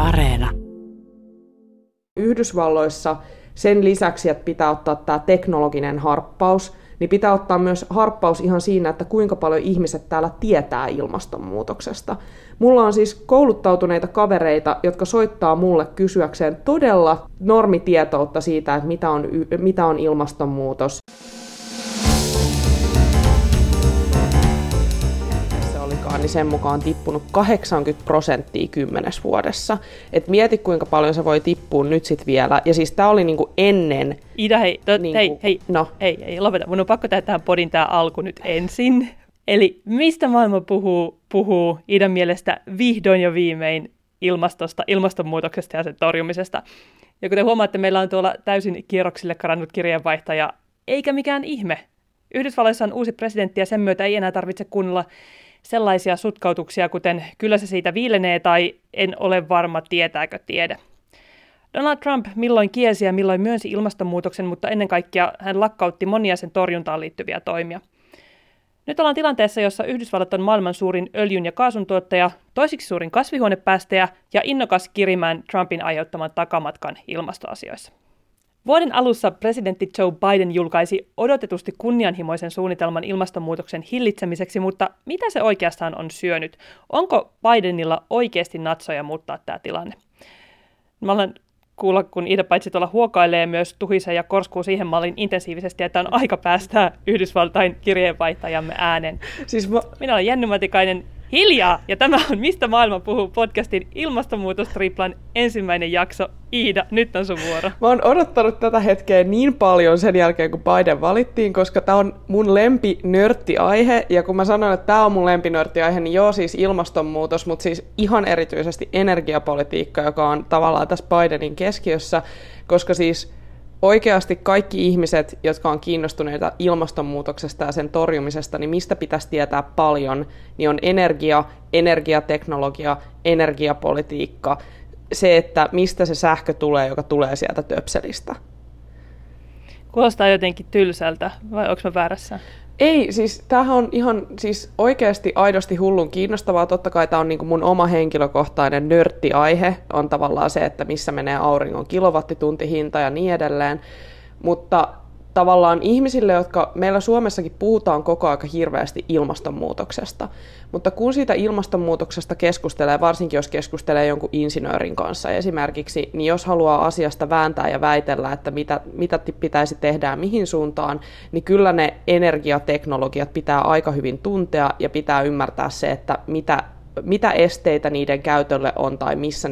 Areena. Yhdysvalloissa sen lisäksi, että pitää ottaa tämä teknologinen harppaus, niin pitää ottaa myös harppaus ihan siinä, että kuinka paljon ihmiset täällä tietää ilmastonmuutoksesta. Mulla on siis kouluttautuneita kavereita, jotka soittaa mulle kysyäkseen todella normitietoutta siitä, että mitä on ilmastonmuutos. Niin sen mukaan on tippunut 80% 10 vuodessa. Et mieti, kuinka paljon se voi tippua nyt sit vielä. Ja siis tää oli niinku ennen... Ida, hei, lopeta. Mun on pakko tehdä tähän podin tää alku nyt ensin. Eli mistä maailma puhuu Idan mielestä vihdoin ja viimein ilmastosta, ilmastonmuutoksesta ja sen torjumisesta. Ja kuten huomaatte, meillä on tuolla täysin kierroksille karannut kirjeenvaihtaja, eikä mikään ihme. Yhdysvalloissa on uusi presidentti ja sen myötä ei enää tarvitse kuunnella sellaisia sutkautuksia, kuten kyllä se siitä viilenee tai en ole varma, tietääkö tiede. Donald Trump milloin kielsi ja milloin myönsi ilmastonmuutoksen, mutta ennen kaikkea hän lakkautti monia sen torjuntaan liittyviä toimia. Nyt ollaan tilanteessa, jossa Yhdysvallat on maailman suurin öljyn ja kaasun tuottaja, toisiksi suurin kasvihuonepäästäjä ja innokas kirimään Trumpin aiheuttaman takamatkan ilmastoasioissa. Vuoden alussa presidentti Joe Biden julkaisi odotetusti kunnianhimoisen suunnitelman ilmastonmuutoksen hillitsemiseksi, mutta mitä se oikeastaan on syönyt? Onko Bidenilla oikeasti natsoja muuttaa tämä tilanne? Mä olen kuulla, kun Ida paitsi tuolla huokailee, myös tuhisee ja korskuu siihen mallin intensiivisesti, että on aika päästää Yhdysvaltain kirjeenvaihtajamme äänen. Minä olen Jenny Matikainen. Hiljaa! Ja tämä on Mistä maailma puhuu podcastin ilmastonmuutostriplan ensimmäinen jakso. Iida, nyt on sun vuoro. Mä oon odottanut tätä hetkeä niin paljon sen jälkeen, kun Biden valittiin, koska tää on mun lempinörttiaihe. Ja kun mä sanoin, että tää on mun lempinörttiaihe, niin joo, siis ilmastonmuutos, mutta siis ihan erityisesti energiapolitiikka, joka on tavallaan tässä Bidenin keskiössä, koska siis oikeasti kaikki ihmiset, jotka on kiinnostuneita ilmastonmuutoksesta ja sen torjumisesta, niin mistä pitäisi tietää paljon, niin on energia, energiateknologia, energiapolitiikka, se, että mistä se sähkö tulee, joka tulee sieltä töpselistä. Kuulostaa jotenkin tylsältä, vai onko mä väärässä? Ei, siis tämähän on ihan siis oikeasti aidosti hullun kiinnostavaa. Totta kai tämä on niin kuin mun oma henkilökohtainen nörttiaihe, on tavallaan se, että missä menee auringon kilowattituntihinta ja niin edelleen. Mutta tavallaan ihmisille, jotka meillä Suomessakin puhutaan koko ajan hirveästi ilmastonmuutoksesta, mutta kun siitä ilmastonmuutoksesta keskustelee, varsinkin jos keskustelee jonkun insinöörin kanssa esimerkiksi, niin jos haluaa asiasta vääntää ja väitellä, että mitä pitäisi tehdä ja mihin suuntaan, niin kyllä ne energiateknologiat pitää aika hyvin tuntea ja pitää ymmärtää se, että mitä esteitä niiden käytölle on tai missä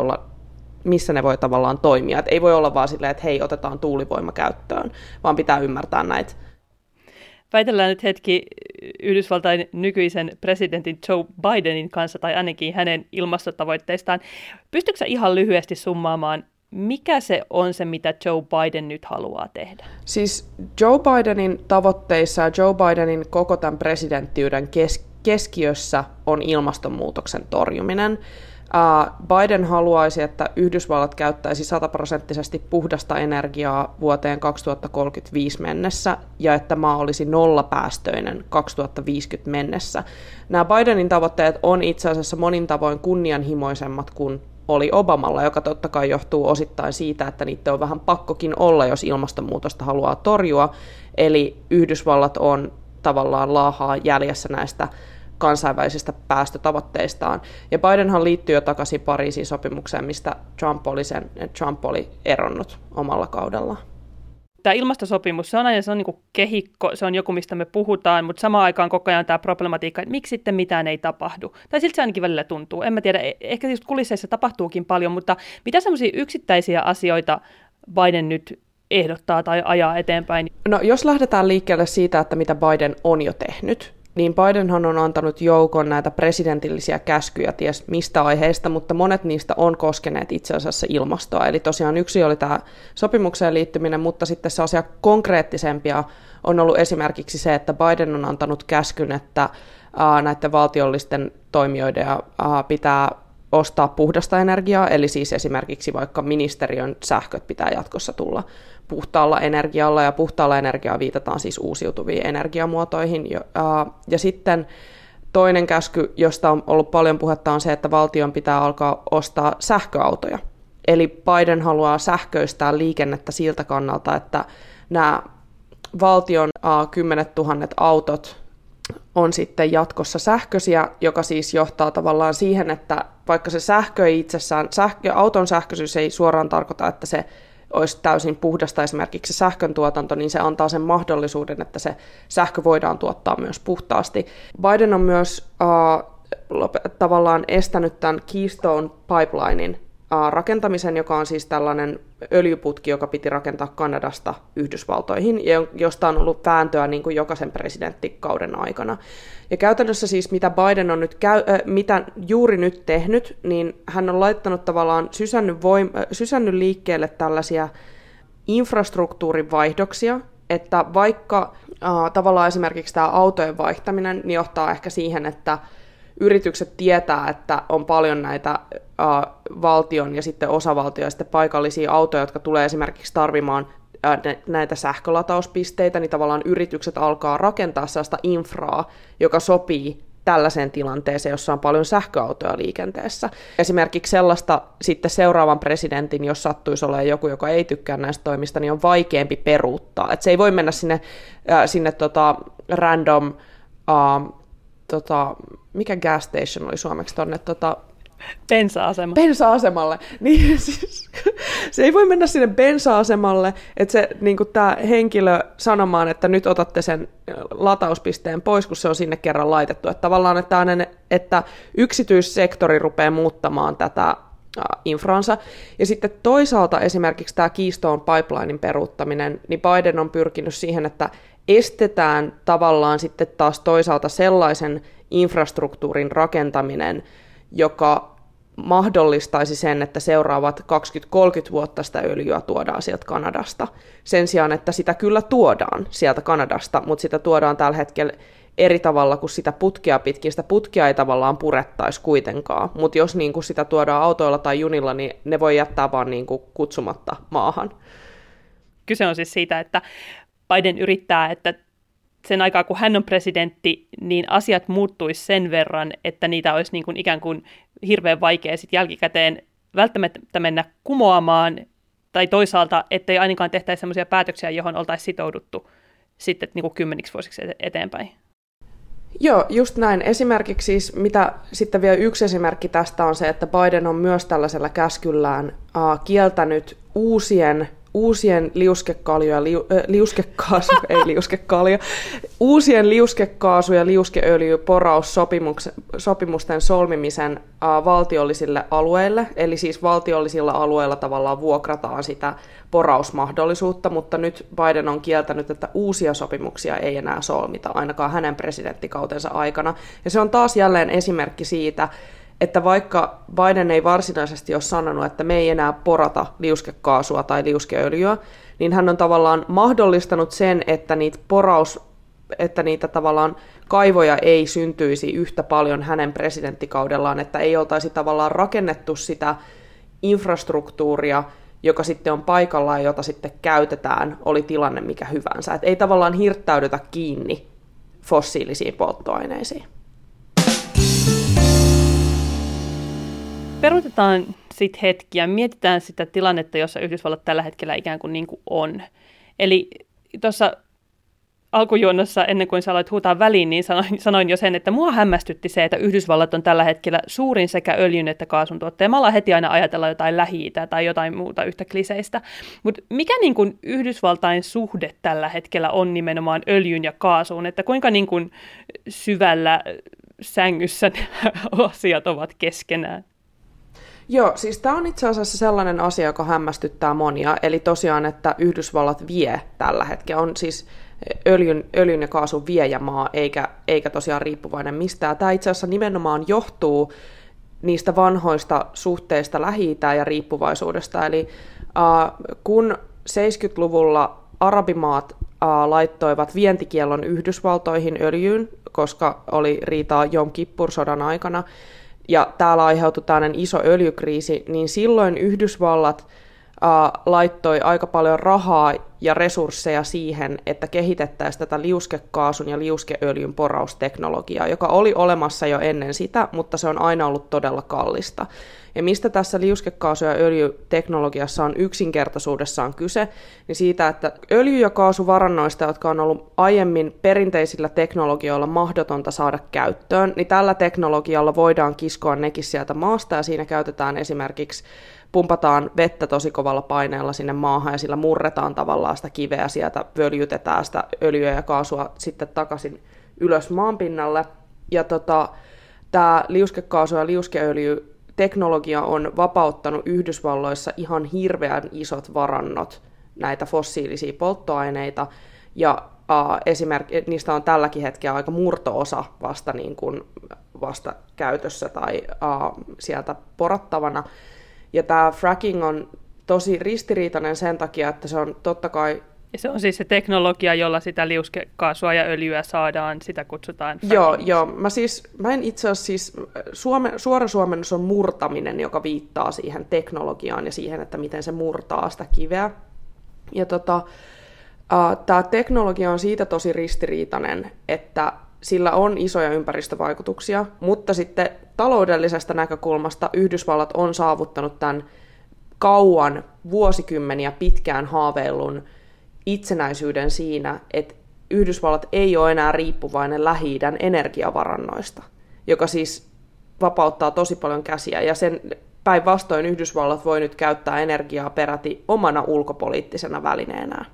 ne voi tavallaan toimia. Et ei voi olla vaan silleen, että hei, otetaan tuulivoima käyttöön, vaan pitää ymmärtää näitä. Väitellään nyt hetki Yhdysvaltain nykyisen presidentin Joe Bidenin kanssa, tai ainakin hänen ilmastotavoitteistaan. Pystytkö sä ihan lyhyesti summaamaan, mikä se on se, mitä Joe Biden nyt haluaa tehdä? Siis Joe Bidenin tavoitteissa ja Joe Bidenin koko tämän presidenttiyden keskiössä on ilmastonmuutoksen torjuminen. Biden haluaisi, että Yhdysvallat käyttäisi 100% puhdasta energiaa vuoteen 2035 mennessä ja että maa olisi nollapäästöinen 2050 mennessä. Nämä Bidenin tavoitteet on itse asiassa monin tavoin kunnianhimoisemmat kuin oli Obamalla, joka totta kai johtuu osittain siitä, että niitä on vähän pakkokin olla, jos ilmastonmuutosta haluaa torjua. Eli Yhdysvallat on tavallaan laahaa jäljessä näistä kansainvälisistä päästötavoitteistaan. Ja Bidenhan liittyy jo takaisin Pariisin sopimukseen, mistä Trump oli eronnut omalla kaudellaan. Tämä ilmastosopimus, se on aina niin kuin kehikko, se on joku, mistä me puhutaan, mutta samaan aikaan koko ajan tämä problematiikka, että miksi sitten mitään ei tapahdu. Tai siltä se ainakin välillä tuntuu. En mä tiedä, ehkä just kulisseissa tapahtuukin paljon, mutta mitä semmoisia yksittäisiä asioita Biden nyt ehdottaa tai ajaa eteenpäin? No jos lähdetään liikkeelle siitä, että mitä Biden on jo tehnyt, niin Bidenhan on antanut joukon näitä presidentillisiä käskyjä ties mistä aiheesta, mutta monet niistä on koskeneet itse asiassa ilmastoa. Eli tosiaan yksi oli tämä sopimukseen liittyminen, mutta sitten sellaisia konkreettisempia on ollut esimerkiksi se, että Biden on antanut käskyn, että näiden valtiollisten toimijoiden pitää ostaa puhdasta energiaa, eli siis esimerkiksi vaikka ministeriön sähköt pitää jatkossa tulla puhtaalla energialla, ja puhtaalla energiaa viitataan siis uusiutuviin energiamuotoihin. Ja sitten toinen käsky, josta on ollut paljon puhetta, on se, että valtion pitää alkaa ostaa sähköautoja. Eli Biden haluaa sähköistää liikennettä siltä kannalta, että nämä valtion 10 000 autot on sitten jatkossa sähköisiä, joka siis johtaa tavallaan siihen, että vaikka se sähkö ei itsessään, auton sähköisyys ei suoraan tarkoita, että se olisi täysin puhdasta esimerkiksi se sähkön tuotanto, niin se antaa sen mahdollisuuden, että se sähkö voidaan tuottaa myös puhtaasti. Biden on myös tavallaan estänyt tämän Keystone Pipelinein rakentamisen, joka on siis tällainen öljyputki, joka piti rakentaa Kanadasta Yhdysvaltoihin, josta on ollut vääntöä niin kuin jokaisen presidenttikauden aikana. Ja käytännössä siis mitä Biden on nyt mitä juuri nyt tehnyt, niin hän on laittanut tavallaan sysännyt liikkeelle tällaisia infrastruktuurin vaihdoksia, että vaikka tavallaan esimerkiksi tämä autojen vaihtaminen niin johtaa ehkä siihen, että yritykset tietää, että on paljon näitä valtion ja sitten osavaltio ja sitten paikallisia autoja, jotka tulee esimerkiksi tarvimaan näitä sähkölatauspisteitä, niin tavallaan yritykset alkaa rakentaa sellaista infraa, joka sopii tällaiseen tilanteeseen, jossa on paljon sähköautoja liikenteessä. Esimerkiksi sellaista sitten seuraavan presidentin, jos sattuisi olemaan joku, joka ei tykkää näistä toimista, niin on vaikeampi peruuttaa. Et se ei voi mennä sinne random mikä gas station oli suomeksi tuonne bensa-asemalle. Niin, siis, se ei voi mennä sinne bensa-asemalle, että se niin tämä henkilö sanomaan, että nyt otatte sen latauspisteen pois, kun se on sinne kerran laitettu. Että tavallaan, että yksityissektori rupeaa muuttamaan tätä infraansa. Ja sitten toisaalta esimerkiksi tämä Keystone Pipelinein peruuttaminen, niin Biden on pyrkinyt siihen, että estetään tavallaan sitten taas toisaalta sellaisen infrastruktuurin rakentaminen, joka mahdollistaisi sen, että seuraavat 20-30 vuotta sitä öljyä tuodaan sieltä Kanadasta. Sen sijaan, että sitä kyllä tuodaan sieltä Kanadasta, mutta sitä tuodaan tällä hetkellä eri tavalla kuin sitä putkea pitkin. Sitä putkea ei tavallaan purettaisi kuitenkaan, mutta jos niin kuin sitä tuodaan autoilla tai junilla, niin ne voi jättää vaan niin kuin kutsumatta maahan. Kyse on siis siitä, että Biden yrittää, että sen aikaa kun hän on presidentti, niin asiat muuttuisi sen verran, että niitä olisi niin kuin ikään kuin hirveän vaikea sit jälkikäteen välttämättä mennä kumoamaan, tai toisaalta, ettei ainakaan tehtäisi sellaisia päätöksiä, johon oltaisiin sitouduttu sitten niin kuin 10 vuosiksi eteenpäin. Joo, just näin. Esimerkiksi siis, mitä sitten vielä yksi esimerkki tästä on se, että Biden on myös tällaisella käskyllään kieltänyt uusien uusien liuskekaasu- ja liuskeöljyporaussopimusten solmimisen valtiollisille alueille, eli siis valtiollisilla alueilla tavallaan vuokrataan sitä porausmahdollisuutta, mutta nyt Biden on kieltänyt, että uusia sopimuksia ei enää solmita, ainakaan hänen presidenttikautensa aikana, ja se on taas jälleen esimerkki siitä, että vaikka Biden ei varsinaisesti ole sanonut, että me ei enää porata liuskekaasua tai liuskeöljyä, niin hän on tavallaan mahdollistanut sen, että niitä tavallaan kaivoja ei syntyisi yhtä paljon hänen presidenttikaudellaan, että ei oltaisi tavallaan rakennettu sitä infrastruktuuria, joka sitten on paikallaan, jota sitten käytetään, oli tilanne mikä hyvänsä. Et ei tavallaan hirttäydytä kiinni fossiilisiin polttoaineisiin. Peruutetaan sitten hetki ja mietitään sitä tilannetta, jossa Yhdysvallat tällä hetkellä ikään kuin on. Eli tuossa alkujuonnossa, ennen kuin sä aloit huutaa väliin, niin sanoin jo sen, että mua hämmästytti se, että Yhdysvallat on tällä hetkellä suurin sekä öljyn että kaasun tuottaja. Mä ollaan heti aina ajatella jotain Lähi-Itää tai jotain muuta yhtä kliseistä. Mutta mikä niin kuin Yhdysvaltain suhde tällä hetkellä on nimenomaan öljyn ja kaasuun? Että kuinka niin kuin syvällä sängyssä asiat ovat keskenään? Joo, siis tämä on itse asiassa sellainen asia, joka hämmästyttää monia, eli tosiaan, että Yhdysvallat vie tällä hetkellä, on siis öljyn ja kaasun viejämaa, eikä tosiaan riippuvainen mistään. Tämä itse asiassa nimenomaan johtuu niistä vanhoista suhteista Lähi-Itään ja riippuvaisuudesta, eli kun 70-luvulla arabimaat laittoivat vientikiellon Yhdysvaltoihin öljyyn, koska oli riitaa Jom Kippur-sodan aikana, ja täällä aiheutui tällainen iso öljykriisi, niin silloin Yhdysvallat laittoi aika paljon rahaa ja resursseja siihen, että kehitettäisiin tätä liuskekaasun ja liuskeöljyn porausteknologiaa, joka oli olemassa jo ennen sitä, mutta se on aina ollut todella kallista. Ja mistä tässä liuskekaasu- ja öljyteknologiassa on yksinkertaisuudessaan kyse, niin siitä, että öljy- ja kaasuvarannoista, jotka on ollut aiemmin perinteisillä teknologioilla mahdotonta saada käyttöön, niin tällä teknologialla voidaan kiskoa nekin sieltä maasta, ja siinä käytetään esimerkiksi, pumpataan vettä tosi kovalla paineella sinne maahan, ja sillä murretaan tavallaan sitä kiveä sieltä, völjytetään sitä öljyä ja kaasua sitten takaisin ylös maanpinnalle. Ja tämä liuskekaasu- ja liuskeöljy teknologia on vapauttanut Yhdysvalloissa ihan hirveän isot varannot näitä fossiilisia polttoaineita, ja niistä on tälläkin hetkellä aika murto-osa vasta käytössä tai sieltä porattavana. Ja tämä fracking on tosi ristiriitainen sen takia, että se on totta kai... Ja se on siis se teknologia, jolla sitä liuskekaasua ja öljyä saadaan, sitä kutsutaan frackingiksi. Joo, mä en itse asiassa suora suomennus on murtaminen, joka viittaa siihen teknologiaan ja siihen, että miten se murtaa sitä kiveä. Ja tämä teknologia on siitä tosi ristiriitainen, että sillä on isoja ympäristövaikutuksia, mutta sitten taloudellisesta näkökulmasta Yhdysvallat on saavuttanut tämän kauan, vuosikymmeniä pitkään haaveillun itsenäisyyden siinä, että Yhdysvallat ei ole enää riippuvainen Lähi-idän energiavarannoista, joka siis vapauttaa tosi paljon käsiä, ja sen päinvastoin Yhdysvallat voi nyt käyttää energiaa peräti omana ulkopoliittisena välineenään.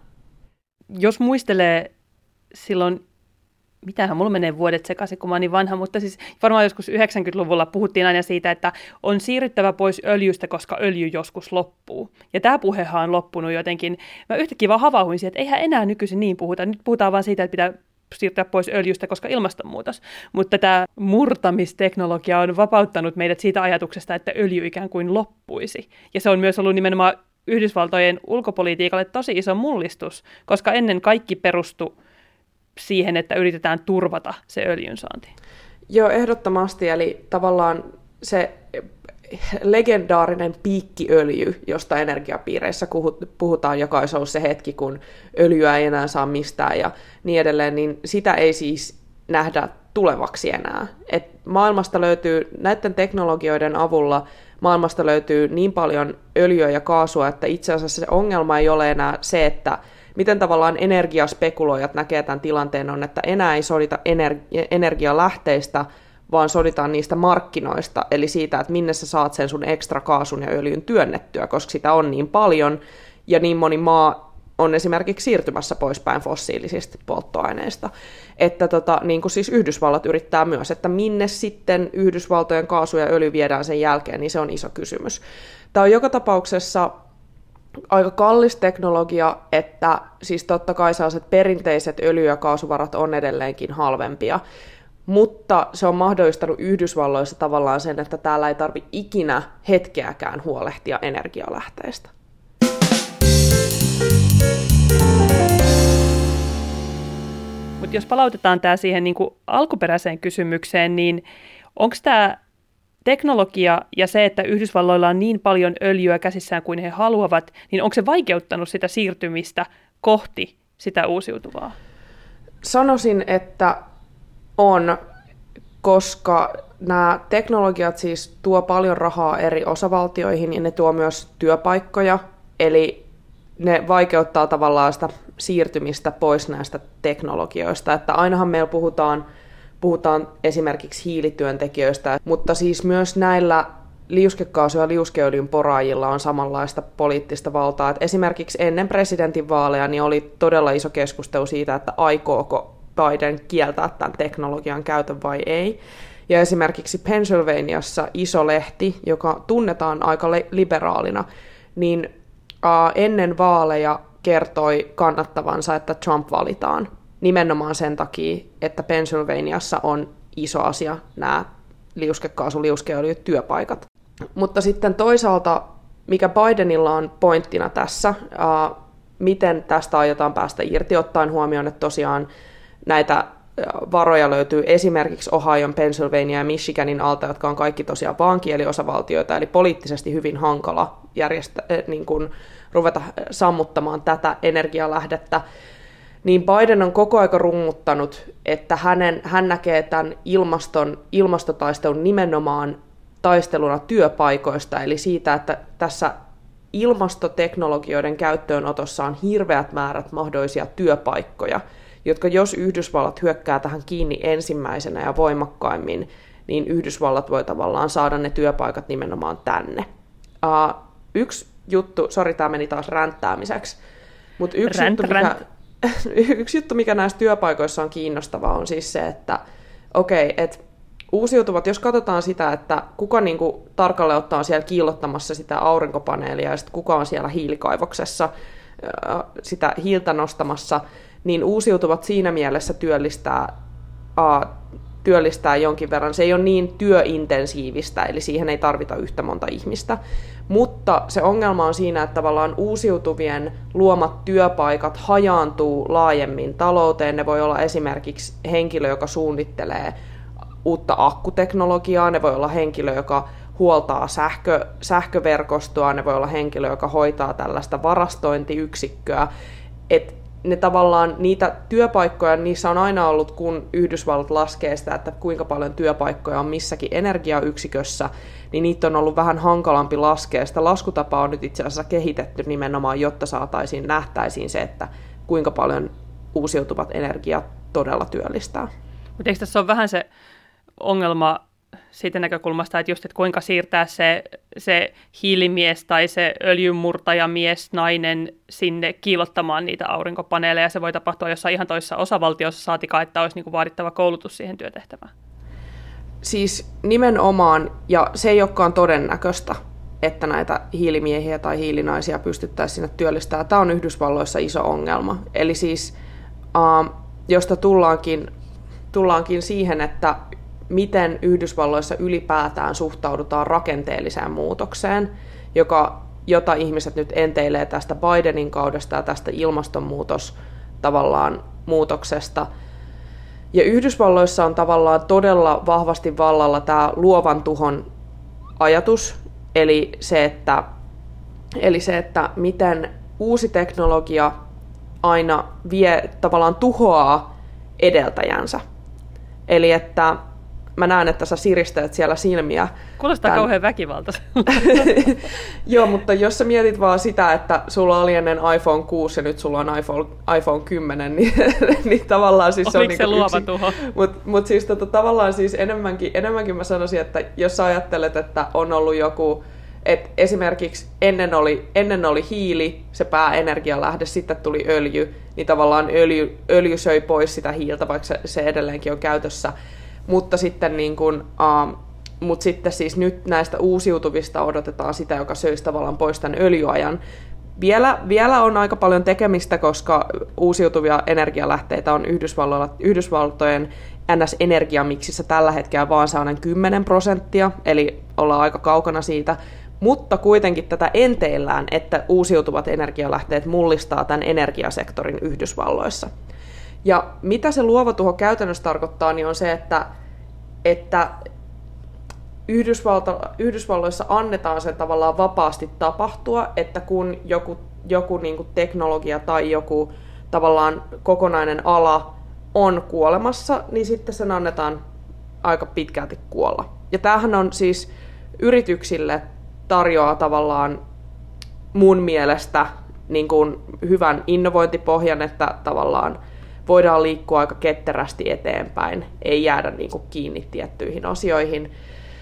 Jos muistelee silloin, mitähän mulla menee vuodet sekaisin, kun mä oon niin vanha, mutta siis varmaan joskus 90-luvulla puhuttiin aina siitä, että on siirryttävä pois öljystä, koska öljy joskus loppuu. Ja tämä puhehan on loppunut jotenkin. Mä yhtäkkiä vaan havauhuin siihen, että eihän enää nykyisin niin puhuta. Nyt puhutaan vaan siitä, että pitää siirtyä pois öljystä, koska ilmastonmuutos. Mutta tämä murtamisteknologia on vapauttanut meidät siitä ajatuksesta, että öljy ikään kuin loppuisi. Ja se on myös ollut nimenomaan Yhdysvaltojen ulkopolitiikalle tosi iso mullistus, koska ennen kaikki perustui siihen, että yritetään turvata se öljyn saanti. Joo, ehdottomasti. Eli tavallaan se legendaarinen piikkiöljy, josta energiapiireissä puhutaan, joka olisi ollut se hetki, kun öljyä ei enää saa mistään ja niin edelleen, niin sitä ei siis nähdä tulevaksi enää. Et maailmasta löytyy, näiden teknologioiden avulla maailmasta löytyy niin paljon öljyä ja kaasua, että itse asiassa se ongelma ei ole enää se, että miten tavallaan energiaspekuloijat näkee tämän tilanteen on, että enää ei sodita energialähteistä, vaan soditaan niistä markkinoista, eli siitä, että minne sä saat sen sun ekstra kaasun ja öljyn työnnettyä, koska sitä on niin paljon, ja niin moni maa on esimerkiksi siirtymässä poispäin fossiilisista polttoaineista. Että niin kuin siis Yhdysvallat yrittää myös, että minne sitten Yhdysvaltojen kaasu ja öljy viedään sen jälkeen, niin se on iso kysymys. Tämä on joka tapauksessa aika kallis teknologia, että siis totta kai sellaiset perinteiset öljy- ja kaasuvarat on edelleenkin halvempia, mutta se on mahdollistanut Yhdysvalloissa tavallaan sen, että täällä ei tarvitse ikinä hetkeäkään huolehtia energialähteistä. Mutta jos palautetaan tämä siihen niin kuin alkuperäiseen kysymykseen, niin onko tämä teknologia ja se, että Yhdysvalloilla on niin paljon öljyä käsissään kuin he haluavat, niin onko se vaikeuttanut sitä siirtymistä kohti sitä uusiutuvaa? Sanoisin, että on, koska nämä teknologiat siis tuo paljon rahaa eri osavaltioihin ja ne tuo myös työpaikkoja, eli ne vaikeuttaa tavallaan sitä siirtymistä pois näistä teknologioista, että ainahan meillä puhutaan esimerkiksi hiilityöntekijöistä, mutta siis myös näillä liuskekaasu- ja liuskeöljyn poraajilla on samanlaista poliittista valtaa. Et esimerkiksi ennen presidentinvaaleja niin oli todella iso keskustelu siitä, että aikooko Biden kieltää tämän teknologian käytön vai ei. Ja esimerkiksi Pennsylvaniassa iso lehti, joka tunnetaan aika liberaalina, niin ennen vaaleja kertoi kannattavansa, että Trump valitaan. Nimenomaan sen takia, että Pennsylvaniassa on iso asia nämä liuskekaasu, liuskeöljy työpaikat. Mutta sitten toisaalta, mikä Bidenilla on pointtina tässä, miten tästä aiotaan päästä irti, ottaen huomioon, että tosiaan näitä varoja löytyy esimerkiksi Ohion, Pennsylvania ja Michiganin alta, jotka on kaikki tosiaan vaankieliosavaltioita, eli poliittisesti hyvin hankala ruveta sammuttamaan tätä energialähdettä. Niin Biden on koko ajan rummuttanut, että hän näkee tämän ilmastotaistelun nimenomaan taisteluna työpaikoista, eli siitä, että tässä ilmastoteknologioiden käyttöönotossa on hirveät määrät mahdollisia työpaikkoja, jotka jos Yhdysvallat hyökkää tähän kiinni ensimmäisenä ja voimakkaimmin, niin Yhdysvallat voi tavallaan saada ne työpaikat nimenomaan tänne. Yksi juttu, tämä meni taas ränttäämiseksi, mutta yksi juttu, mikä näissä työpaikoissa on kiinnostavaa, on siis se, että että uusiutuvat, jos katsotaan sitä, että kuka niinku tarkalleen ottaa on siellä kiillottamassa sitä aurinkopaneelia ja sitten kuka on siellä hiilikaivoksessa sitä hiiltä nostamassa, niin uusiutuvat siinä mielessä työllistää jonkin verran. Se ei ole niin työintensiivistä, eli siihen ei tarvita yhtä monta ihmistä. Mutta se ongelma on siinä, että tavallaan uusiutuvien luomat työpaikat hajaantuu laajemmin talouteen. Ne voi olla esimerkiksi henkilö, joka suunnittelee uutta akkuteknologiaa, ne voi olla henkilö, joka huoltaa sähköverkostoa, ne voi olla henkilö, joka hoitaa tällaista varastointiyksikköä. Et ne tavallaan, niitä työpaikkoja, niissä on aina ollut, kun Yhdysvallat laskee sitä, että kuinka paljon työpaikkoja on missäkin energiayksikössä, niin niitä on ollut vähän hankalampi laskea. Sitä laskutapaa on nyt itse asiassa kehitetty nimenomaan, jotta nähtäisiin se, että kuinka paljon uusiutuvat energiat todella työllistää. Mutta eikö tässä ole vähän se ongelma siitä näkökulmasta, että just, että kuinka siirtää se hiilimies tai se öljynmurtajamies, nainen sinne kiillottamaan niitä aurinkopaneeleja. Se voi tapahtua jossain ihan toisessa osavaltiossa, saatikaan, että olisi niinku vaadittava koulutus siihen työtehtävään. Siis nimenomaan, ja se ei olekaan todennäköistä, että näitä hiilimiehiä tai hiilinaisia pystyttäisiin sinne työllistämään. Tämä on Yhdysvalloissa iso ongelma. Eli siis, josta tullaankin siihen, että miten Yhdysvalloissa ylipäätään suhtaudutaan rakenteelliseen muutokseen, jota ihmiset nyt enteilee tästä Bidenin kaudesta ja tästä muutoksesta. Ja Yhdysvalloissa on tavallaan todella vahvasti vallalla tämä luovan tuhon ajatus, eli se, että miten uusi teknologia aina tavallaan tuhoaa edeltäjänsä. Eli että mä näen, että sä siristelet siellä silmiä. Kuulostaa kauhean väkivaltaiselta. Joo, mutta jos sä mietit vaan sitä, että sulla oli ennen iPhone 6 ja nyt sulla on iPhone 10, niin tavallaan siis se on se luova tuho? Mutta siis tavallaan siis enemmänkin mä sanoisin, että jos sä ajattelet, että on ollut joku, että esimerkiksi ennen oli hiili, se pääenergialähde, sitten tuli öljy, niin tavallaan öljy söi pois sitä hiiltä, vaikka se edelleenkin on käytössä. Mutta sitten, sitten siis nyt näistä uusiutuvista odotetaan sitä, joka söisi tavallaan pois tämän öljyajan. Vielä on aika paljon tekemistä, koska uusiutuvia energialähteitä on Yhdysvaltojen NS-energiamiksissä tällä hetkellä vaan sellainen 10%, eli ollaan aika kaukana siitä. Mutta kuitenkin tätä enteillään, että uusiutuvat energialähteet mullistaa tämän energiasektorin Yhdysvalloissa. Ja mitä se luova tuho käytännössä tarkoittaa, niin on se, että Yhdysvalloissa annetaan sen tavallaan vapaasti tapahtua, että kun joku niin kuin teknologia tai joku tavallaan kokonainen ala on kuolemassa, niin sitten sen annetaan aika pitkälti kuolla. Ja tämähän on siis yrityksille tarjoaa tavallaan mun mielestä niin kuin hyvän innovointipohjan, että tavallaan voidaan liikkua aika ketterästi eteenpäin, ei jäädä niin kuin kiinni tiettyihin asioihin.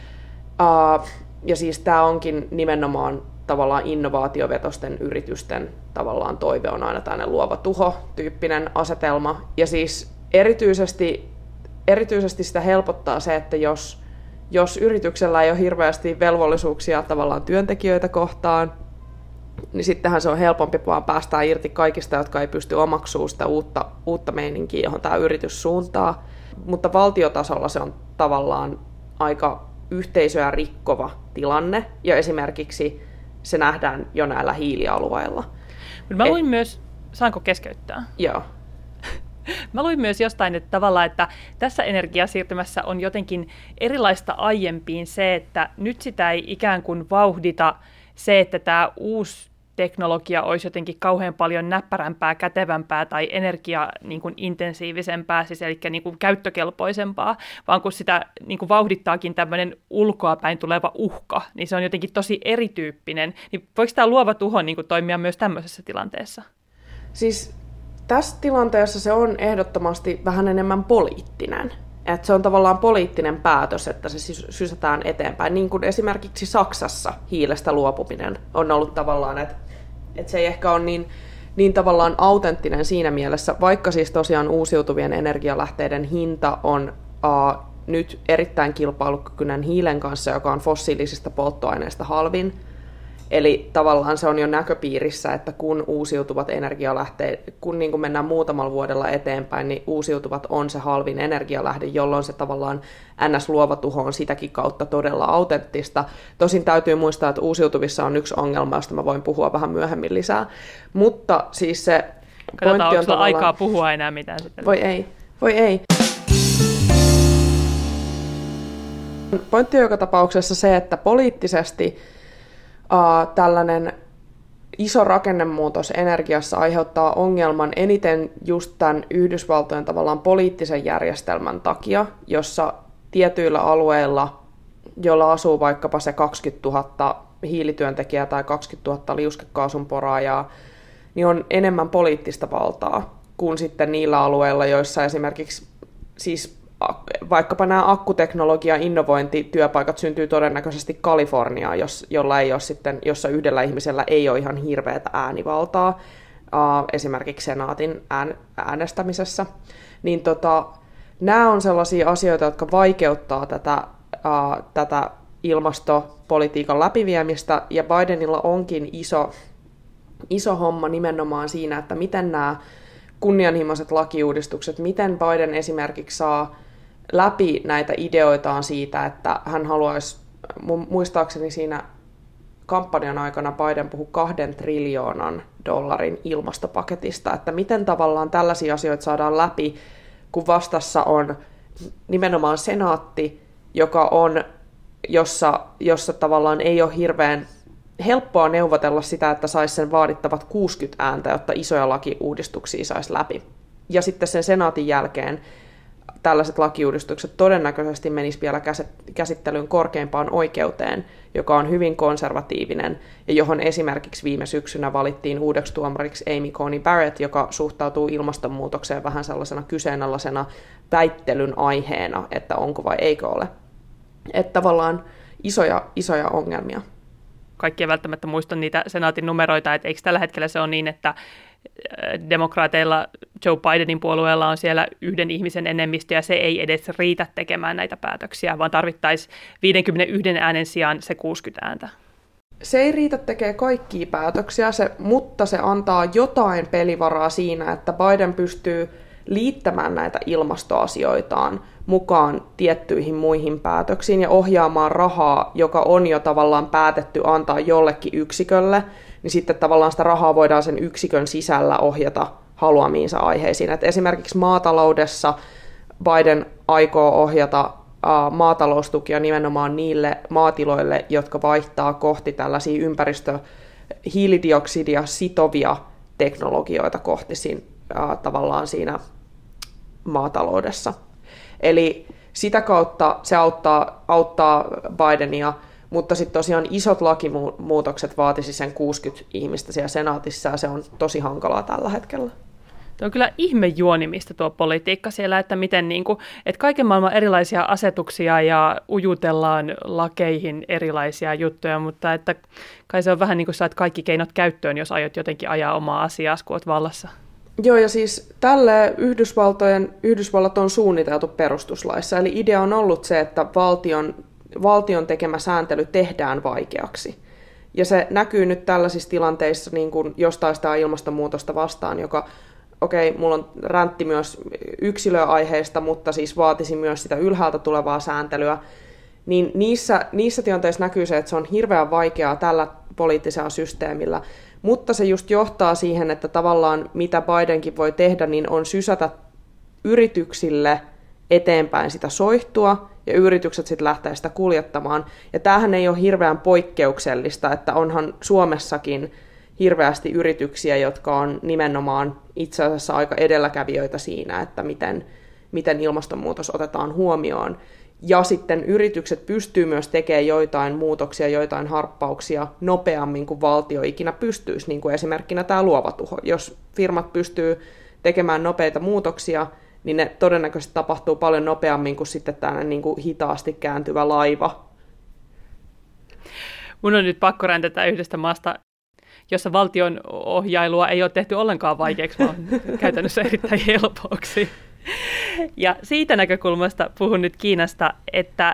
Ja siis tämä onkin nimenomaan tavallaan innovaatiovetosten yritysten tavallaan toive on aina tämmöinen luova tuho-tyyppinen asetelma. Ja siis erityisesti sitä helpottaa se, että jos yrityksellä ei ole hirveästi velvollisuuksia tavallaan työntekijöitä kohtaan, niin sittenhän se on helpompi vaan päästää irti kaikista, jotka ei pysty omaksumaan sitä uutta meininkiä, johon tämä yritys suuntaa. Mutta valtiotasolla se on tavallaan aika yhteisöä rikkova tilanne, ja esimerkiksi se nähdään jo näillä hiilialueilla. Mutta mä luin myös, saanko keskeyttää? Joo. Mä luin myös jostain, että tavallaan, että tässä energiasiirtymässä on jotenkin erilaista aiempiin se, että nyt sitä ei ikään kuin vauhdita se, että tämä uusi teknologia olisi jotenkin kauhean paljon näppärämpää, kätevämpää tai energia-intensiivisempää, siis eli niin kuin käyttökelpoisempaa, vaan kun sitä niin kuin vauhdittaakin tämmöinen ulkoapäin tuleva uhka, niin se on jotenkin tosi erityyppinen. Niin voiko tämä luova tuho niin kuin toimia myös tämmöisessä tilanteessa? Siis tässä tilanteessa se on ehdottomasti vähän enemmän poliittinen. Että se on tavallaan poliittinen päätös, että se sysätään eteenpäin. Niin kuin esimerkiksi Saksassa hiilestä luopuminen on ollut tavallaan, että se ei ehkä ole niin tavallaan autenttinen siinä mielessä, vaikka siis tosiaan uusiutuvien energialähteiden hinta on nyt erittäin kilpailukykyinen hiilen kanssa, joka on fossiilisista polttoaineista halvin. Eli tavallaan se on jo näköpiirissä, että kun uusiutuvat energialähteet, kun niin kuin mennään muutamalla vuodella eteenpäin, niin uusiutuvat on se halvin energialähde, jolloin se tavallaan NS-luova tuho on sitäkin kautta todella autenttista. Tosin täytyy muistaa, että uusiutuvissa on yksi ongelma, josta mä voin puhua vähän myöhemmin lisää. Mutta siis se pointti on tavallaan... aikaa puhua enää mitään sitten. Voi ei. Pointti on joka tapauksessa se, että poliittisesti tällainen iso rakennemuutos energiassa aiheuttaa ongelman eniten just tämän Yhdysvaltojen tavallaan poliittisen järjestelmän takia, jossa tietyillä alueilla, joilla asuu vaikkapa se 20 000 hiilityöntekijää tai 20 000 liuskekaasun poraajaa, niin on enemmän poliittista valtaa kuin sitten niillä alueilla, joissa esimerkiksi siis vaikkapa nämä akkuteknologia-innovointityöpaikat syntyy todennäköisesti Kaliforniaan, jossa yhdellä ihmisellä ei ole ihan hirveätä äänivaltaa, esimerkiksi senaatin äänestämisessä. Niin nämä on sellaisia asioita, jotka vaikeuttaa tätä ilmastopolitiikan läpiviemistä, ja Bidenilla onkin iso homma nimenomaan siinä, että miten nämä kunnianhimoiset lakiuudistukset, miten Biden esimerkiksi saa läpi näitä ideoitaan siitä, että hän haluaisi, muistaakseni siinä kampanjan aikana Biden puhui $2 triljoonan ilmastopaketista, että miten tavallaan tällaisia asioita saadaan läpi, kun vastassa on nimenomaan senaatti, joka on, jossa tavallaan ei ole hirveän helppoa neuvotella sitä, että saisi sen vaadittavat 60 ääntä, jotta isoja lakiuudistuksia saisi läpi. Ja sitten sen senaatin jälkeen tällaiset lakiuudistukset todennäköisesti menis vielä käsittelyyn korkeimpaan oikeuteen, joka on hyvin konservatiivinen, ja johon esimerkiksi viime syksynä valittiin uudeksi tuomariksi Amy Coney Barrett, joka suhtautuu ilmastonmuutokseen vähän sellaisena kyseenalaisena väittelyn aiheena, että onko vai eikö ole. Että tavallaan isoja ongelmia. Kaikki ei välttämättä muista niitä senaatin numeroita, että eikö tällä hetkellä se ole niin, että demokraateilla, Joe Bidenin puolueella on siellä yhden ihmisen enemmistö, ja se ei edes riitä tekemään näitä päätöksiä, vaan tarvittaisiin 51 äänen sijaan se 60 ääntä. Se ei riitä tekemään kaikkia päätöksiä, mutta se antaa jotain pelivaraa siinä, että Biden pystyy liittämään näitä ilmastoasioitaan mukaan tiettyihin muihin päätöksiin ja ohjaamaan rahaa, joka on jo tavallaan päätetty antaa jollekin yksikölle, niin sitten tavallaan sitä rahaa voidaan sen yksikön sisällä ohjata haluamiinsa aiheisiin. Et esimerkiksi maataloudessa Biden aikoo ohjata maataloustukia nimenomaan niille maatiloille, jotka vaihtaa kohti tällaisia hiilidioksidia sitovia teknologioita kohti tavallaan siinä maataloudessa. Eli sitä kautta se auttaa Bidenia, mutta sitten tosiaan isot lakimuutokset vaatisi sen 60 ihmistä siellä senaatissa, ja se on tosi hankalaa tällä hetkellä. Tuo on kyllä ihmejuonimista tuo politiikka siellä, että miten että kaiken maailman erilaisia asetuksia ja ujutellaan lakeihin erilaisia juttuja, mutta että kai se on vähän niin kuin saat kaikki keinot käyttöön, jos aiot jotenkin ajaa omaa asiaa, kun olet vallassa. Joo, ja siis tälle Yhdysvallat on suunniteltu perustuslaissa, eli idea on ollut se, että valtion tekemä sääntely tehdään vaikeaksi. Ja se näkyy nyt tällaisissa tilanteissa, niin kuin jos taistetaan ilmastonmuutosta vastaan, joka, mulla on räntti myös yksilöaiheesta, mutta siis vaatisi myös sitä ylhäältä tulevaa sääntelyä, niin niissä tilanteissa näkyy se, että se on hirveän vaikeaa tällä poliittisella systeemillä, mutta se just johtaa siihen, että tavallaan mitä Bidenkin voi tehdä, niin on sysätä yrityksille eteenpäin sitä soihtua, ja yritykset sitten lähtee sitä kuljettamaan. Ja tämähän ei ole hirveän poikkeuksellista, että onhan Suomessakin hirveästi yrityksiä, jotka on nimenomaan itse asiassa aika edelläkävijöitä siinä, että miten ilmastonmuutos otetaan huomioon. Ja sitten yritykset pystyy myös tekemään joitain muutoksia, joitain harppauksia nopeammin kuin valtio ikinä pystyisi, niin kuin esimerkkinä tämä luova tuho. Jos firmat pystyy tekemään nopeita muutoksia, niin ne todennäköisesti tapahtuu paljon nopeammin kuin sitten tämmöinen niin kuin hitaasti kääntyvä laiva. Mun on nyt pakko räntätä yhdestä maasta, jossa valtion ohjailua ei ole tehty ollenkaan vaikeaksi, vaan käytännössä erittäin helpoksi. Ja siitä näkökulmasta puhun nyt Kiinasta, että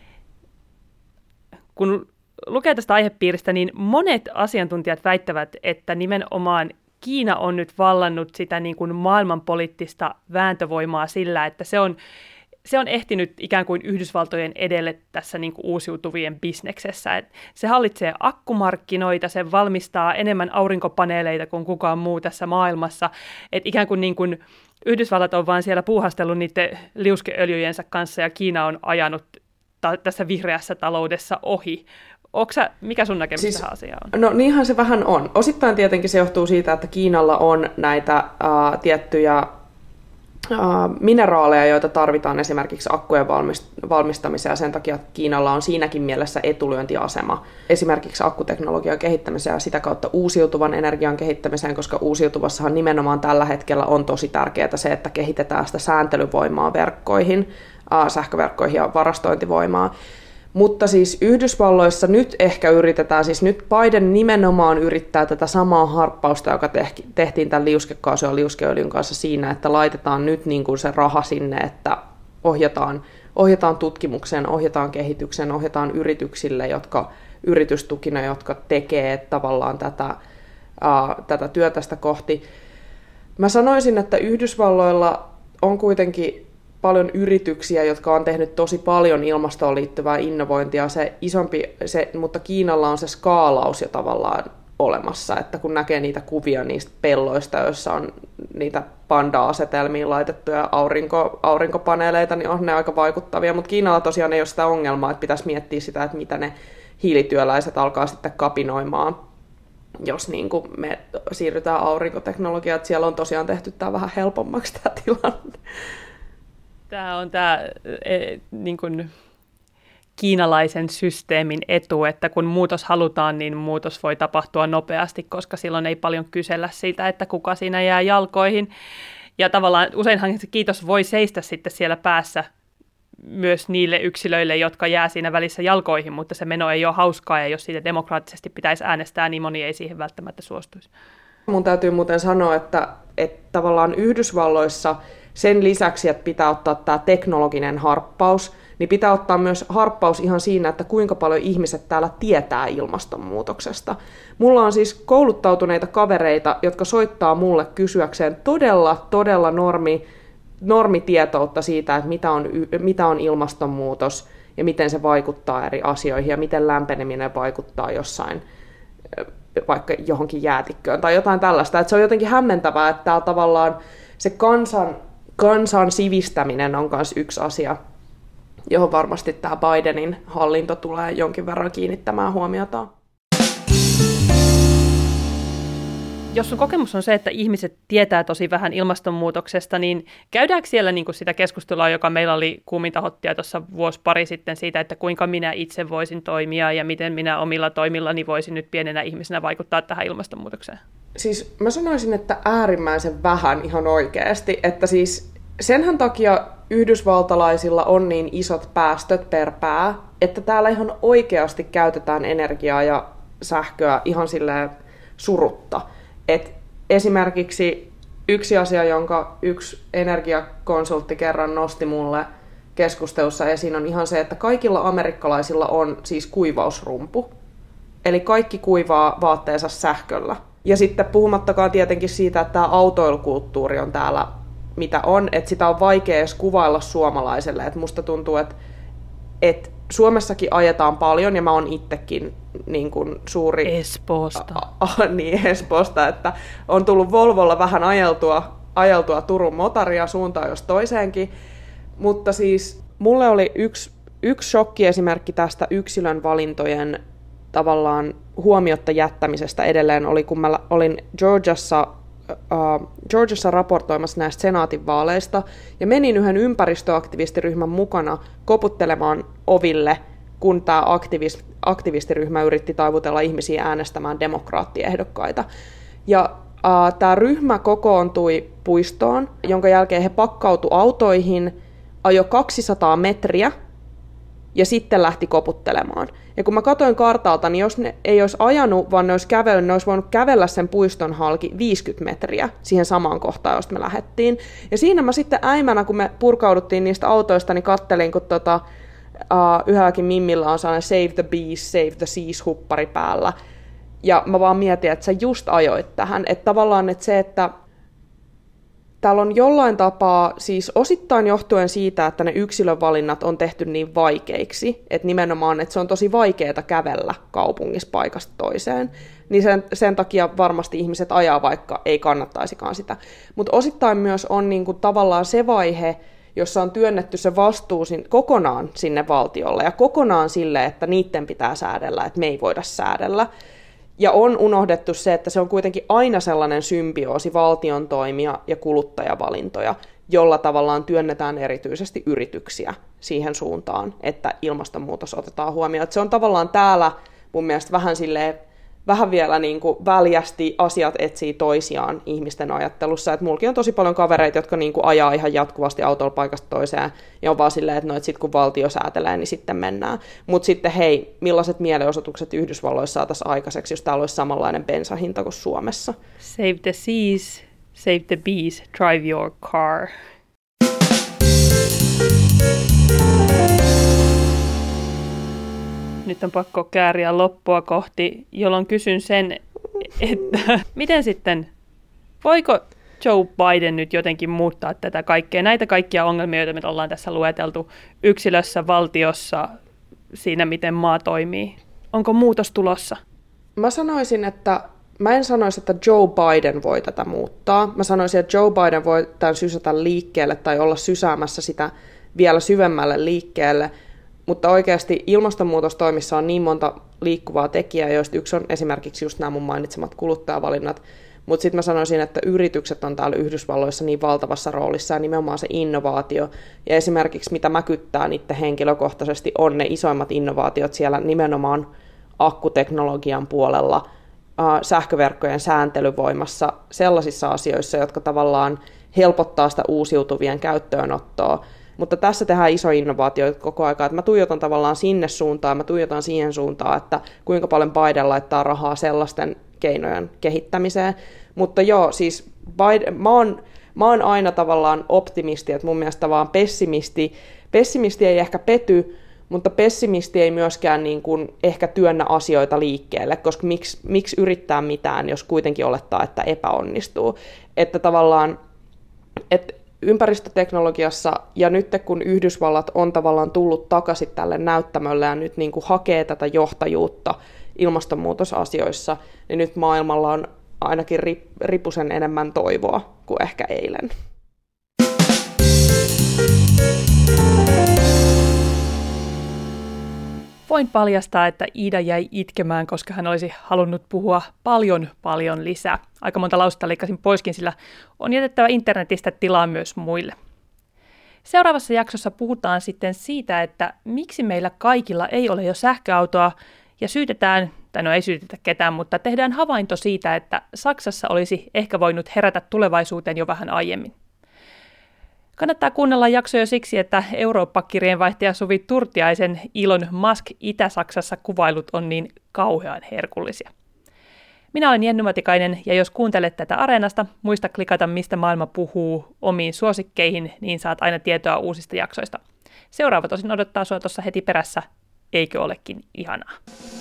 kun lukee tästä aihepiiristä, niin monet asiantuntijat väittävät, että nimenomaan Kiina on nyt vallannut sitä niin kuin maailmanpoliittista vääntövoimaa sillä, että se on ehtinyt ikään kuin Yhdysvaltojen edelle tässä niin kuin uusiutuvien bisneksessä. Et se hallitsee akkumarkkinoita, se valmistaa enemmän aurinkopaneeleita kuin kukaan muu tässä maailmassa. Et ikään kuin Yhdysvallat on vaan siellä puuhastellut niiden liuskeöljyjensä kanssa ja Kiina on ajanut tässä vihreässä taloudessa ohi. Mikä sun näkemys tähän asiaan on? No niinhän se vähän on. Osittain tietenkin se johtuu siitä, että Kiinalla on näitä tiettyjä mineraaleja, joita tarvitaan esimerkiksi akkujen valmistamiseen, ja sen takia Kiinalla on siinäkin mielessä etulyöntiasema esimerkiksi akkuteknologian kehittämiseen ja sitä kautta uusiutuvan energian kehittämiseen, koska uusiutuvassahan nimenomaan tällä hetkellä on tosi tärkeää se, että kehitetään sitä sääntelyvoimaa verkkoihin, sähköverkkoihin ja varastointivoimaa. Mutta siis Yhdysvalloissa nyt ehkä yritetään, siis nyt Biden nimenomaan yrittää tätä samaa harppausta, joka tehtiin tämän liuskekaasun ja liuskeöljyn kanssa siinä, että laitetaan nyt niin kuin se raha sinne, että ohjataan tutkimukseen, ohjataan kehitykseen, ohjataan yrityksille, yritystukina, jotka tekee tavallaan tätä työtä sitä kohti. Mä sanoisin, että Yhdysvalloilla on kuitenkin paljon yrityksiä, jotka on tehnyt tosi paljon ilmastoon liittyvää innovointia, mutta Kiinalla on se skaalaus jo tavallaan olemassa, että kun näkee niitä kuvia niistä pelloista, joissa on niitä panda-asetelmiin laitettuja aurinkopaneeleita, niin on ne aika vaikuttavia, mutta Kiinalla tosiaan ei ole sitä ongelmaa, että pitäisi miettiä sitä, että mitä ne hiilityöläiset alkaa sitten kapinoimaan, jos niin kuin me siirrytään aurinkoteknologiaan, että siellä on tosiaan tehty tämä vähän helpommaksi tämä tilanne. Tämä on niin kuin kiinalaisen systeemin etu, että kun muutos halutaan, niin muutos voi tapahtua nopeasti, koska silloin ei paljon kysellä siitä, että kuka siinä jää jalkoihin. Ja tavallaan useinhan se kiitos voi seistä sitten siellä päässä myös niille yksilöille, jotka jää siinä välissä jalkoihin, mutta se meno ei ole hauskaa, ja jos siitä demokraattisesti pitäisi äänestää, niin moni ei siihen välttämättä suostuisi. Mun täytyy muuten sanoa, että tavallaan Yhdysvalloissa sen lisäksi, että pitää ottaa tämä teknologinen harppaus, niin pitää ottaa myös harppaus ihan siinä, että kuinka paljon ihmiset täällä tietää ilmastonmuutoksesta. Mulla on siis kouluttautuneita kavereita, jotka soittaa mulle kysyäkseen todella normitietoutta siitä, että mitä on ilmastonmuutos ja miten se vaikuttaa eri asioihin ja miten lämpeneminen vaikuttaa jossain vaikka johonkin jäätikköön tai jotain tällaista. Että se on jotenkin hämmentävää, että täällä tavallaan se kansan sivistäminen on myös yksi asia, johon varmasti tämä Bidenin hallinto tulee jonkin verran kiinnittämään huomiota. Jos sun kokemus on se, että ihmiset tietää tosi vähän ilmastonmuutoksesta, niin käydäänkö siellä niin kuin sitä keskustelua, joka meillä oli kuuminta hottia tuossa vuosi pari sitten siitä, että kuinka minä itse voisin toimia ja miten minä omilla toimillani voisin nyt pienenä ihmisenä vaikuttaa tähän ilmastonmuutokseen? Siis mä sanoisin, että äärimmäisen vähän ihan oikeasti, että siis senhän takia yhdysvaltalaisilla on niin isot päästöt per pää, että täällä ihan oikeasti käytetään energiaa ja sähköä ihan silleen surutta. Et esimerkiksi yksi asia, jonka yksi energiakonsultti kerran nosti mulle keskustelussa esiin, on ihan se, että kaikilla amerikkalaisilla on siis kuivausrumpu. Eli kaikki kuivaa vaatteensa sähköllä. Ja sitten puhumattakaan tietenkin siitä, että tämä autoilukulttuuri on täällä mitä on, että sitä on vaikea edes kuvailla suomalaiselle. Että musta tuntuu, että Suomessakin ajetaan paljon, ja mä oon itsekin niin kuin suuri... Espoosta. Espoosta, että on tullut Volvolla vähän ajeltua Turun motaria suuntaan jos toiseenkin. Mutta siis mulle oli yksi shokkiesimerkki tästä yksilön valintojen tavallaan huomiotta jättämisestä edelleen oli, kun mä olin Georgiassa raportoimassa näistä senaatin vaaleista ja menin yhden ympäristöaktivistiryhmän mukana koputtelemaan oville, kun tämä aktivistiryhmä yritti taivutella ihmisiä äänestämään demokraattiehdokkaita. Ja tämä ryhmä kokoontui puistoon, jonka jälkeen he pakkautu autoihin, ajoi 200 metriä ja sitten lähti koputtelemaan. Ja kun mä katsoin kartalta, niin jos ne ei olisi ajanut, vaan ne olisi kävellyt, ne olisi voinut kävellä sen puiston halki 50 metriä siihen samaan kohtaan, josta me lähdettiin. Ja siinä mä sitten äimänä, kun me purkauduttiin niistä autoista, niin kattelin, kun yhdelläkin mimmillä on sellainen Save the Bees, Save the Seas -huppari päällä. Ja mä vaan mietin, että sä just ajoit tähän. Että tavallaan että se, että täällä on jollain tapaa, siis osittain johtuen siitä, että ne yksilövalinnat on tehty niin vaikeiksi, että nimenomaan, että se on tosi vaikeaa kävellä kaupungissa paikasta toiseen, niin sen takia varmasti ihmiset ajaa, vaikka ei kannattaisikaan sitä. Mutta osittain myös on niinku tavallaan se vaihe, jossa on työnnetty se vastuu kokonaan sinne valtiolle ja kokonaan sille, että niiden pitää säädellä, että me ei voida säädellä. Ja on unohdettu se, että se on kuitenkin aina sellainen symbioosi valtion toimia ja kuluttajavalintoja, jolla tavallaan työnnetään erityisesti yrityksiä siihen suuntaan, että ilmastonmuutos otetaan huomioon. Että se on tavallaan täällä mun mielestä vähän vielä niin kuin väljästi asiat etsii toisiaan ihmisten ajattelussa. Että mullakin on tosi paljon kavereita, jotka niin kuin ajaa ihan jatkuvasti autolla paikasta toiseen ja on vaan silleen, että no, sit kun valtio säätelee, niin sitten mennään. Mutta sitten hei, millaiset mielenosoitukset Yhdysvalloissa saataisiin aikaiseksi, jos täällä olisi samanlainen bensahinta kuin Suomessa? Save the seas, save the bees, drive your car. Nyt on pakko kääriä loppua kohti, jolloin kysyn sen, että miten sitten, voiko Joe Biden nyt jotenkin muuttaa tätä kaikkea, näitä kaikkia ongelmia, joita me ollaan tässä lueteltu yksilössä, valtiossa, siinä miten maa toimii. Onko muutos tulossa? Mä en sanoisi, että Joe Biden voi tätä muuttaa. Mä sanoisin, että Joe Biden voi tämän sysätä liikkeelle tai olla sysäämässä sitä vielä syvemmälle liikkeelle. Mutta oikeasti ilmastonmuutostoimissa on niin monta liikkuvaa tekijää, joista yksi on esimerkiksi just nämä mun mainitsemat kuluttajavalinnat. Mutta sitten mä sanoisin, että yritykset on täällä Yhdysvalloissa niin valtavassa roolissa ja nimenomaan se innovaatio. Ja esimerkiksi mitä mä kyttään itse henkilökohtaisesti on ne isoimmat innovaatiot siellä nimenomaan akkuteknologian puolella, sähköverkkojen sääntelyvoimassa, sellaisissa asioissa, jotka tavallaan helpottaa sitä uusiutuvien käyttöönottoa. Mutta tässä tehdään iso innovaatio koko ajan, että mä tuijotan tavallaan sinne suuntaan, mä tuijotan siihen suuntaan, että kuinka paljon Biden laittaa rahaa sellaisten keinojen kehittämiseen. Mutta joo, siis mä oon aina tavallaan optimisti, että mun mielestä vaan pessimisti ei ehkä pety, mutta pessimisti ei myöskään niin kuin ehkä työnnä asioita liikkeelle, koska miksi yrittää mitään, jos kuitenkin olettaa, että epäonnistuu. Että tavallaan, että ympäristöteknologiassa, ja nyt kun Yhdysvallat on tavallaan tullut takaisin tälle näyttämölle ja nyt niin kuin hakee tätä johtajuutta ilmastonmuutosasioissa, niin nyt maailmalla on ainakin ripusen enemmän toivoa kuin ehkä eilen. Voin paljastaa, että Iida jäi itkemään, koska hän olisi halunnut puhua paljon lisää. Aika monta lausetta leikkasin poiskin, sillä on jätettävä internetistä tilaa myös muille. Seuraavassa jaksossa puhutaan sitten siitä, että miksi meillä kaikilla ei ole jo sähköautoa ja syytetään, tai no ei syytetä ketään, mutta tehdään havainto siitä, että Saksassa olisi ehkä voinut herätä tulevaisuuteen jo vähän aiemmin. Kannattaa kuunnella jakso jo siksi, että Eurooppa-kirjeenvaihtaja Suvi Turtiaisen Elon Musk Itä-Saksassa kuvailut on niin kauhean herkullisia. Minä olen Jenny Matikainen, ja jos kuuntelet tätä Areenasta, muista klikata mistä maailma puhuu omiin suosikkeihin, niin saat aina tietoa uusista jaksoista. Seuraava tosin odottaa sua tuossa heti perässä, eikö olekin ihanaa?